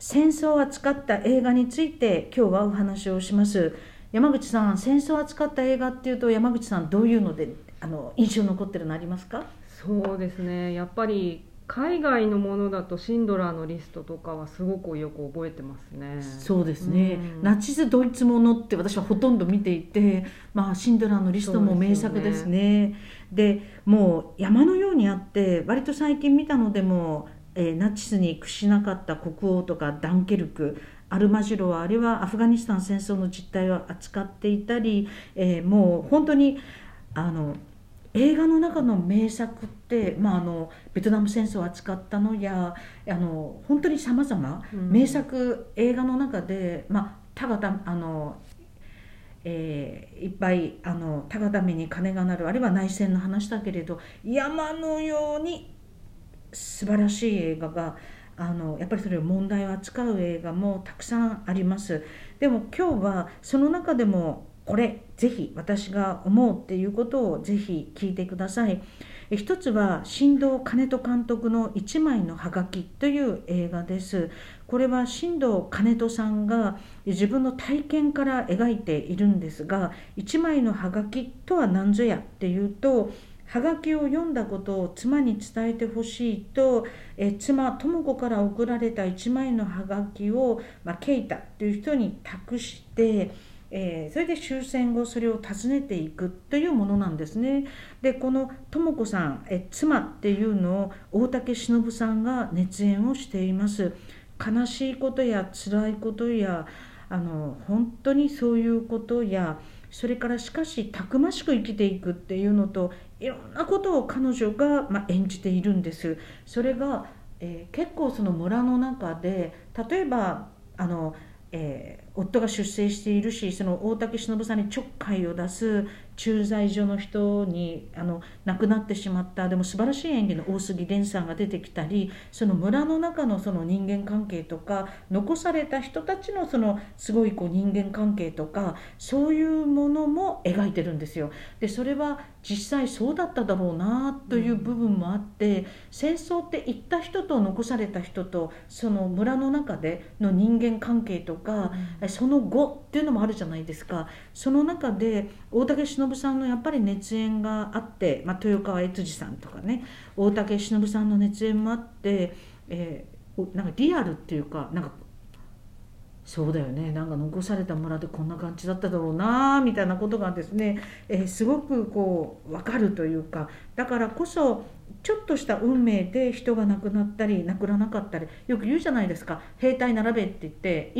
戦争を扱った映画について今日はお話をします。山口さん、戦争を扱った映画っていうと山口さんどういうので印象に残ってるのありますか？ そうですね、やっぱり海外のものだとシンドラーのリストとかはすごくよく覚えてますね。 そうですね、ナチスドイツものって私はほとんど見ていて、シンドラーのリストも名作ですね。でもう山のようにあって割と最近見たのでも、ナチスに屈しなかった国王とかダンケルク、アルマジロはあれはアフガニスタン戦争の実態を扱っていたり、もう本当にあの映画の中の名作って、ベトナム戦争を扱ったのや本当にさまざま名作、映画の中で、たがたいっぱいたがために金が鳴る、あるいは内戦の話だけれど山のように素晴らしい映画がやっぱりそれを問題を扱う映画もたくさんあります。でも今日はその中でもこれぜひ私が思うっていうことをぜひ聞いてください。一つは新藤兼人監督の一枚のハガキという映画です。これは新藤兼人さんが自分の体験から描いているんですが、一枚のハガキとは何ぞやっていうと、はがきを読んだことを妻に伝えてほしいと、妻智子から送られた一枚のはがきを、ケイタという人に託して、それで終戦後それを訪ねていくというものなんですね。でこの智子さん、妻っていうのを大竹しのぶさんが熱演をしています。悲しいことや辛いことや本当にそういうことや、それからしかしたくましく生きていくっていうのと、いろんなことを彼女が、演じているんです。それが、結構その村の中で例えば夫が出征しているし、その大竹しのぶさんにちょっかいを出す駐在所の人に亡くなってしまった、でも素晴らしい演技の大杉蓮さんが出てきたり、その村の中のその人間関係とか、残された人たちのそのすごい人間関係とか、そういうものも描いてるんですよ。でそれは実際そうだっただろうなという部分もあって、戦争って行った人と残された人とその村の中での人間関係とか、その後っていうのもあるじゃないですか。その中で大竹しのぶさんのやっぱり熱演があって、豊川悦司さんとかね、大竹しのぶさんの熱演もあって、なんかリアルっていうか、なんかそうだよね、なんか残された村でこんな感じだっただろうなみたいなことがですね、すごく分かるというか、だからこそちょっとした運命で人が亡くなったり亡くならなかったり、よく言うじゃないですか。兵隊並べって言って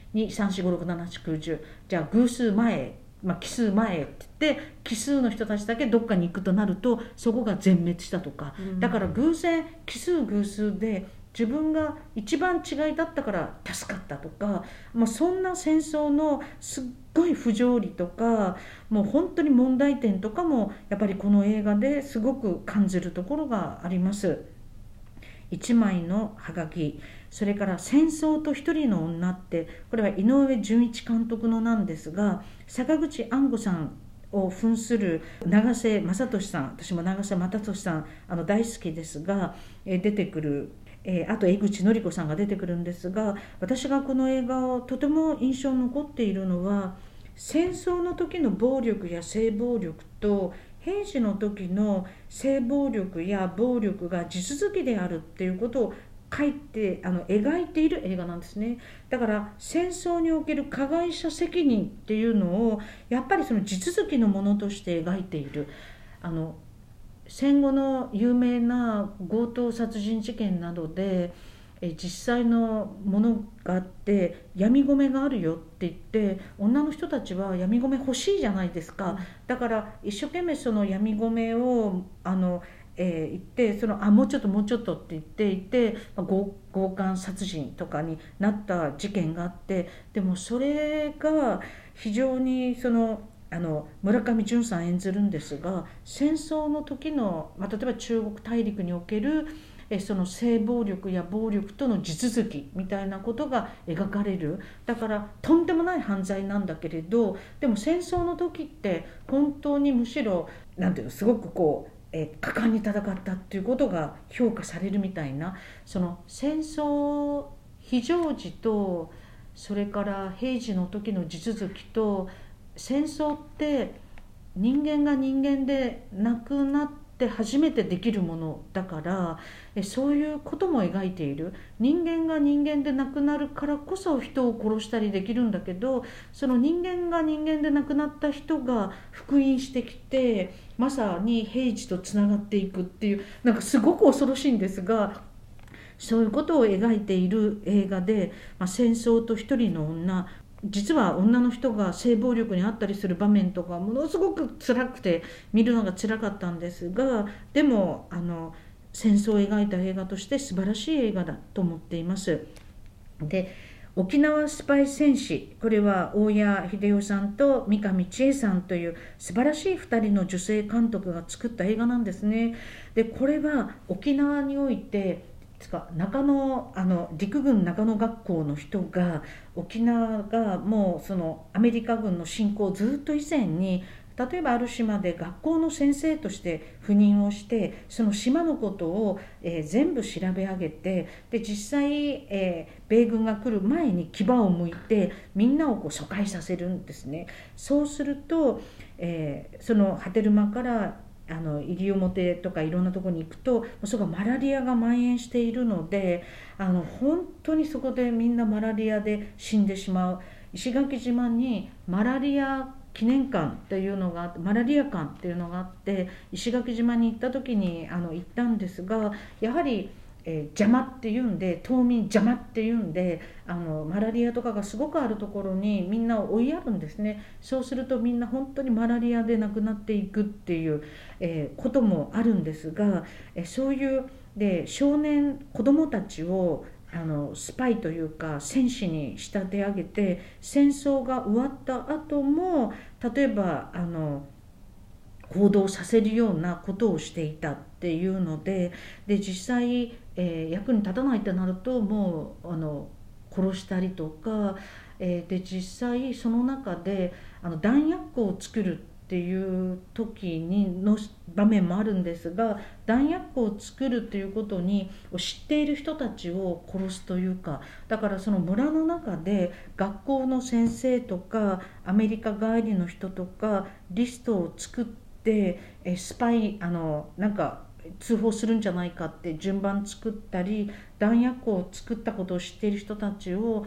12345678910、じゃあ偶数前、奇数前って言って奇数の人たちだけどっかに行くとなるとそこが全滅したとか、だから偶然奇数偶数で自分が一番違いだったから助かったとか、もうそんな戦争のすっごい不条理とか、もう本当に問題点とかもやっぱりこの映画ですごく感じるところがあります。一枚のハガキ、それから戦争と一人の女って、これは井上純一監督のなんですが、坂口安吾さんを扮する永瀬正敏さん、私も永瀬正敏さん大好きですが、出てくる、あと江口のり子さんが出てくるんですが、私がこの映画をとても印象に残っているのは、戦争の時の暴力や性暴力と兵士の時の性暴力や暴力が地続きであるっていうことを描いている映画なんですね。だから戦争における加害者責任っていうのをやっぱりその地続きのものとして描いている。戦後の有名な強盗殺人事件などで実際のものがあって闇米があるよって言って女の人たちは闇米欲しいじゃないですか。だから一生懸命その闇米を言ってもうちょっともうちょっとって言っていて、強姦殺人とかになった事件があって、でもそれが非常に村上淳さん演ずるんですが、戦争の時の、例えば中国大陸におけるその性暴力や暴力との地続きみたいなことが描かれる。だからとんでもない犯罪なんだけれど、でも戦争の時って本当にむしろなんていうの、すごく果敢に戦ったっていうことが評価されるみたいな、その戦争非常時とそれから平時の時の地続きと、戦争って人間が人間で亡くなって初めてできるものだから、そういうことも描いている。人間が人間で亡くなるからこそ人を殺したりできるんだけど、その人間が人間で亡くなった人が復員してきて、まさに平時とつながっていくっていう、なんかすごく恐ろしいんですが、そういうことを描いている映画で、戦争と一人の女、実は女の人が性暴力にあったりする場面とかものすごく辛くて見るのが辛かったんですが、でも戦争を描いた映画として素晴らしい映画だと思っています。で、沖縄スパイ戦士、これは大谷秀夫さんと三上千恵さんという素晴らしい2人の女性監督が作った映画なんですね。でこれは沖縄において中野陸軍中野学校の人が、沖縄がもうそのアメリカ軍の侵攻ずっと以前に、例えばある島で学校の先生として赴任をして、その島のことを、全部調べ上げて、で実際、米軍が来る前に牙をむいてみんなを疎開させるんですね。そうすると、その波照間から西表とかいろんなところに行くと、そこがマラリアが蔓延しているので、本当にそこでみんなマラリアで死んでしまう。石垣島にマラリア記念館っていうのがあって、マラリア館っていうのがあって、石垣島に行った時に行ったんですが、やはり邪魔っていうんで、島民邪魔っていうんで、マラリアとかがすごくあるところにみんなを追いやるんですね。そうするとみんな本当にマラリアで亡くなっていくっていう、こともあるんですが、そういうで少年子供たちをスパイというか戦士に仕立て上げて、戦争が終わった後も例えば行動させるようなことをしていたっていうので、実際、役に立たないってなるともう殺したりとか、で実際その中で弾薬庫を作るっていう時の場面もあるんですが、弾薬庫を作るということに知っている人たちを殺すというか、だからその村の中で学校の先生とかアメリカ帰りの人とかリストを作って、スパイなんか通報するんじゃないかって順番作ったり、弾薬庫を作ったことを知っている人たちを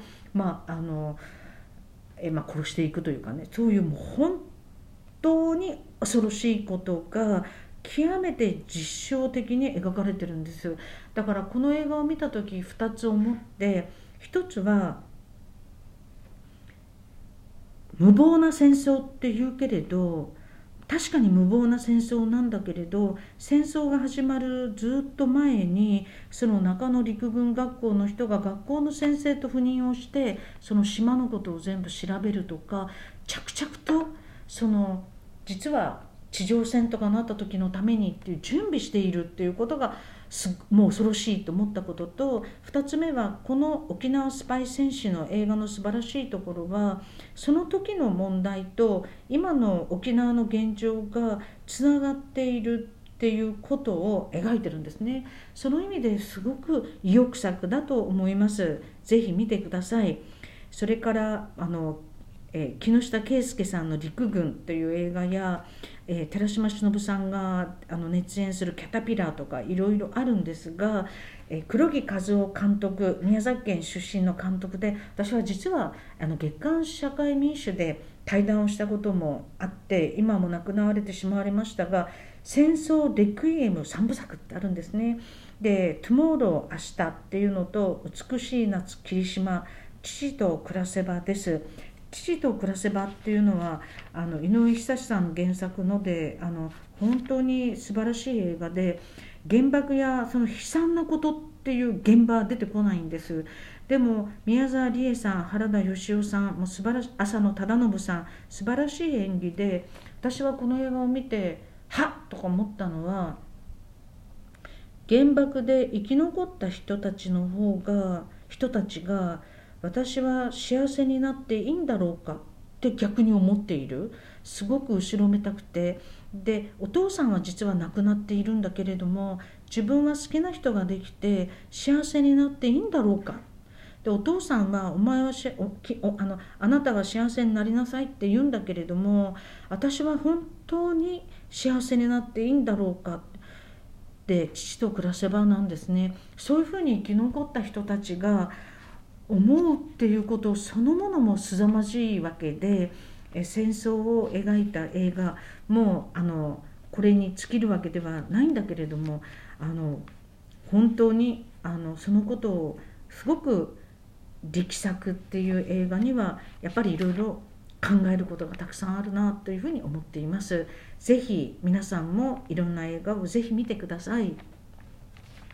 殺していくというかね、そういうもう本当に恐ろしいことが極めて実証的に描かれてるんです。だからこの映画を見た時2つ思って、1つは無謀な戦争って言うけれど、確かに無謀な戦争なんだけれど、戦争が始まるずっと前にその中野陸軍学校の人が学校の先生と赴任をして、その島のことを全部調べるとか、着々とその実は地上戦とかなった時のためにっていう準備しているっていうことがもう恐ろしいと思ったことと、2つ目はこの沖縄スパイ戦士の映画の素晴らしいところは、その時の問題と今の沖縄の現状がつながっているっていうことを描いてるんですね。その意味ですごく意欲作だと思います。ぜひ見てください。それから木下圭介さんの陸軍という映画や、寺島しのぶさんが熱演するキャタピラーとかいろいろあるんですが、黒木和夫監督、宮崎県出身の監督で、私は実は月刊社会民主で対談をしたこともあって、今も亡くなられてしまわれましたが、戦争レクイエム3部作ってあるんですね。で、トゥモロー明日っていうのと、美しい夏霧島、父と暮らせばです。父と暮らせばっていうのは井上久志さん原作ので、本当に素晴らしい映画で、原爆やその悲惨なことっていう現場は出てこないんです。でも宮沢りえさん、原田芳雄さんも素晴らしい、浅野忠信さん素晴らしい演技で、私はこの映画を見てはっとか思ったのは、原爆で生き残った人たちが私は幸せになっていいんだろうかって逆に思っている。すごく後ろめたくて、でお父さんは実は亡くなっているんだけれども、自分は好きな人ができて幸せになっていいんだろうか。 でお父さんはお前はあなたが幸せになりなさいって言うんだけれども、私は本当に幸せになっていいんだろうかって父と暮らせばなんですね。そういうふうに生き残った人たちが思うっていうことそのものも凄まじいわけで、戦争を描いた映画もこれに尽きるわけではないんだけれども、本当にそのことをすごく力作っていう映画にはやっぱりいろいろ考えることがたくさんあるなというふうに思っています。ぜひ皆さんもいろんな映画をぜひ見てください。